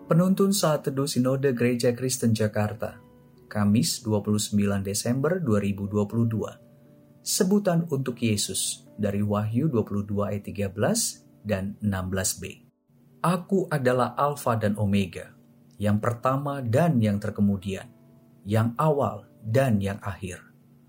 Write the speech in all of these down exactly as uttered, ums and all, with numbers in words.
Penuntun Saat Teduh Sinode Gereja Kristen Jakarta, Kamis dua puluh sembilan Desember dua ribu dua puluh dua. Sebutan untuk Yesus dari Wahyu dua puluh dua ayat tiga belas dan enam belas b. Aku adalah Alfa dan Omega, yang pertama dan yang terkemudian, yang awal dan yang akhir.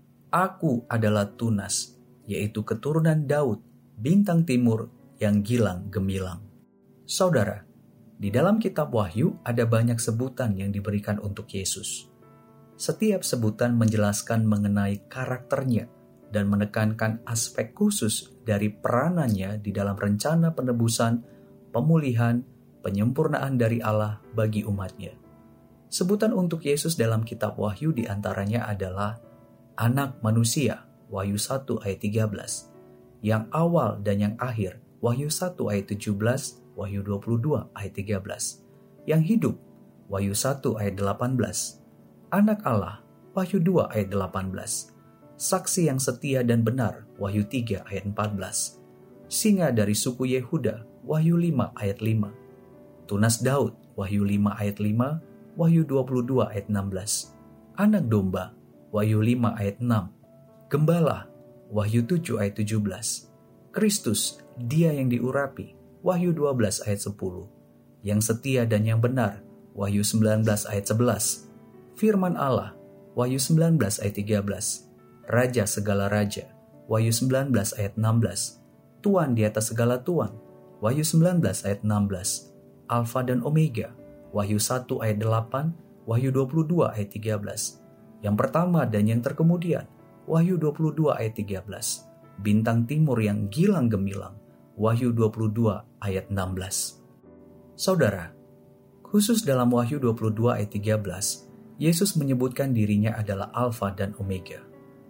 Aku adalah Tunas, yaitu keturunan Daud, bintang timur yang gilang gemilang. Saudara, di dalam kitab Wahyu ada banyak sebutan yang diberikan untuk Yesus. Setiap sebutan menjelaskan mengenai karakternya dan menekankan aspek khusus dari peranannya di dalam rencana penebusan, pemulihan, penyempurnaan dari Allah bagi umatnya. Sebutan untuk Yesus dalam kitab Wahyu diantaranya adalah Anak Manusia, Wahyu satu ayat tiga belas, yang awal dan yang akhir, Wahyu satu ayat tujuh belas, Wahyu dua puluh dua ayat tiga belas, yang hidup, Wahyu satu ayat delapan belas, Anak Allah, Wahyu dua ayat delapan belas, Saksi yang setia dan benar, Wahyu tiga ayat empat belas, Singa dari suku Yehuda, Wahyu lima ayat lima, Tunas Daud, Wahyu lima ayat lima, Wahyu dua puluh dua ayat enam belas, Anak Domba, Wahyu lima ayat enam, Gembala, Wahyu tujuh ayat tujuh belas, Kristus, Dia yang diurapi, Wahyu dua belas ayat sepuluh, yang setia dan yang benar, Wahyu sembilan belas ayat sebelas, Firman Allah, Wahyu sembilan belas ayat tiga belas, Raja segala raja, Wahyu sembilan belas ayat enam belas, Tuan di atas segala tuan, Wahyu sembilan belas ayat enam belas, Alfa dan Omega, Wahyu satu ayat delapan, Wahyu dua puluh dua ayat tiga belas, yang pertama dan yang terkemudian, Wahyu dua puluh dua ayat tiga belas, Bintang timur yang gilang gemilang, Wahyu dua puluh dua ayat enam belas. Saudara, khusus dalam Wahyu dua puluh dua ayat tiga belas, Yesus menyebutkan dirinya adalah Alfa dan Omega.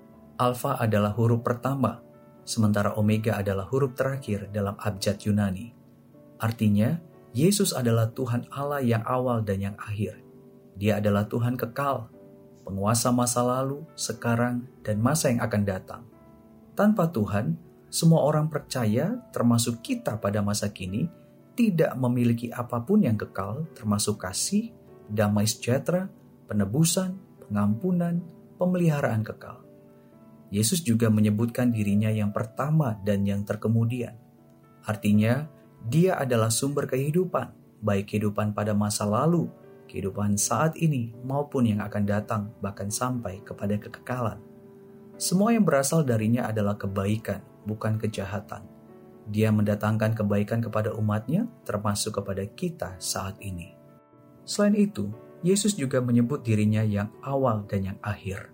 Alfa adalah huruf pertama, sementara Omega adalah huruf terakhir dalam abjad Yunani. Artinya, Yesus adalah Tuhan Allah yang awal dan yang akhir. Dia adalah Tuhan kekal, penguasa masa lalu, sekarang, dan masa yang akan datang. Tanpa Tuhan, semua orang percaya, termasuk kita pada masa kini, tidak memiliki apapun yang kekal, termasuk kasih, damai sejahtera, penebusan, pengampunan, pemeliharaan kekal. Yesus juga menyebutkan dirinya yang pertama dan yang terkemudian. Artinya, Dia adalah sumber kehidupan, baik kehidupan pada masa lalu, kehidupan saat ini, maupun yang akan datang, bahkan sampai kepada kekekalan. Semua yang berasal darinya adalah kebaikan, bukan kejahatan. Dia mendatangkan kebaikan kepada umatnya, termasuk kepada kita saat ini. Selain itu, Yesus juga menyebut dirinya yang awal dan yang akhir.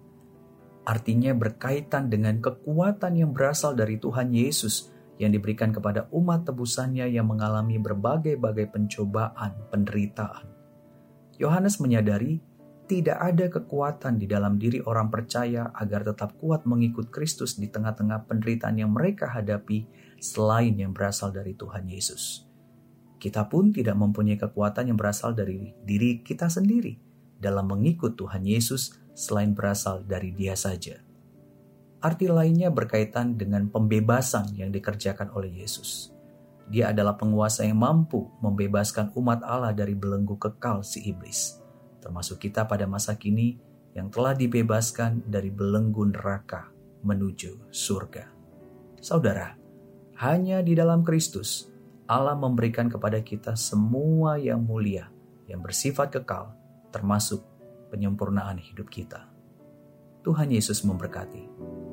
Artinya berkaitan dengan kekuatan yang berasal dari Tuhan Yesus yang diberikan kepada umat tebusannya yang mengalami berbagai-bagai pencobaan, penderitaan. Yohanes menyadari tidak ada kekuatan di dalam diri orang percaya agar tetap kuat mengikut Kristus di tengah-tengah penderitaan yang mereka hadapi selain yang berasal dari Tuhan Yesus. Kita pun tidak mempunyai kekuatan yang berasal dari diri kita sendiri dalam mengikut Tuhan Yesus selain berasal dari Dia saja. Arti lainnya berkaitan dengan pembebasan yang dikerjakan oleh Yesus. Dia adalah penguasa yang mampu membebaskan umat Allah dari belenggu kekal si iblis, termasuk kita pada masa kini yang telah dibebaskan dari belenggu neraka menuju surga. Saudara, hanya di dalam Kristus, Allah memberikan kepada kita semua yang mulia, yang bersifat kekal, termasuk penyempurnaan hidup kita. Tuhan Yesus memberkati.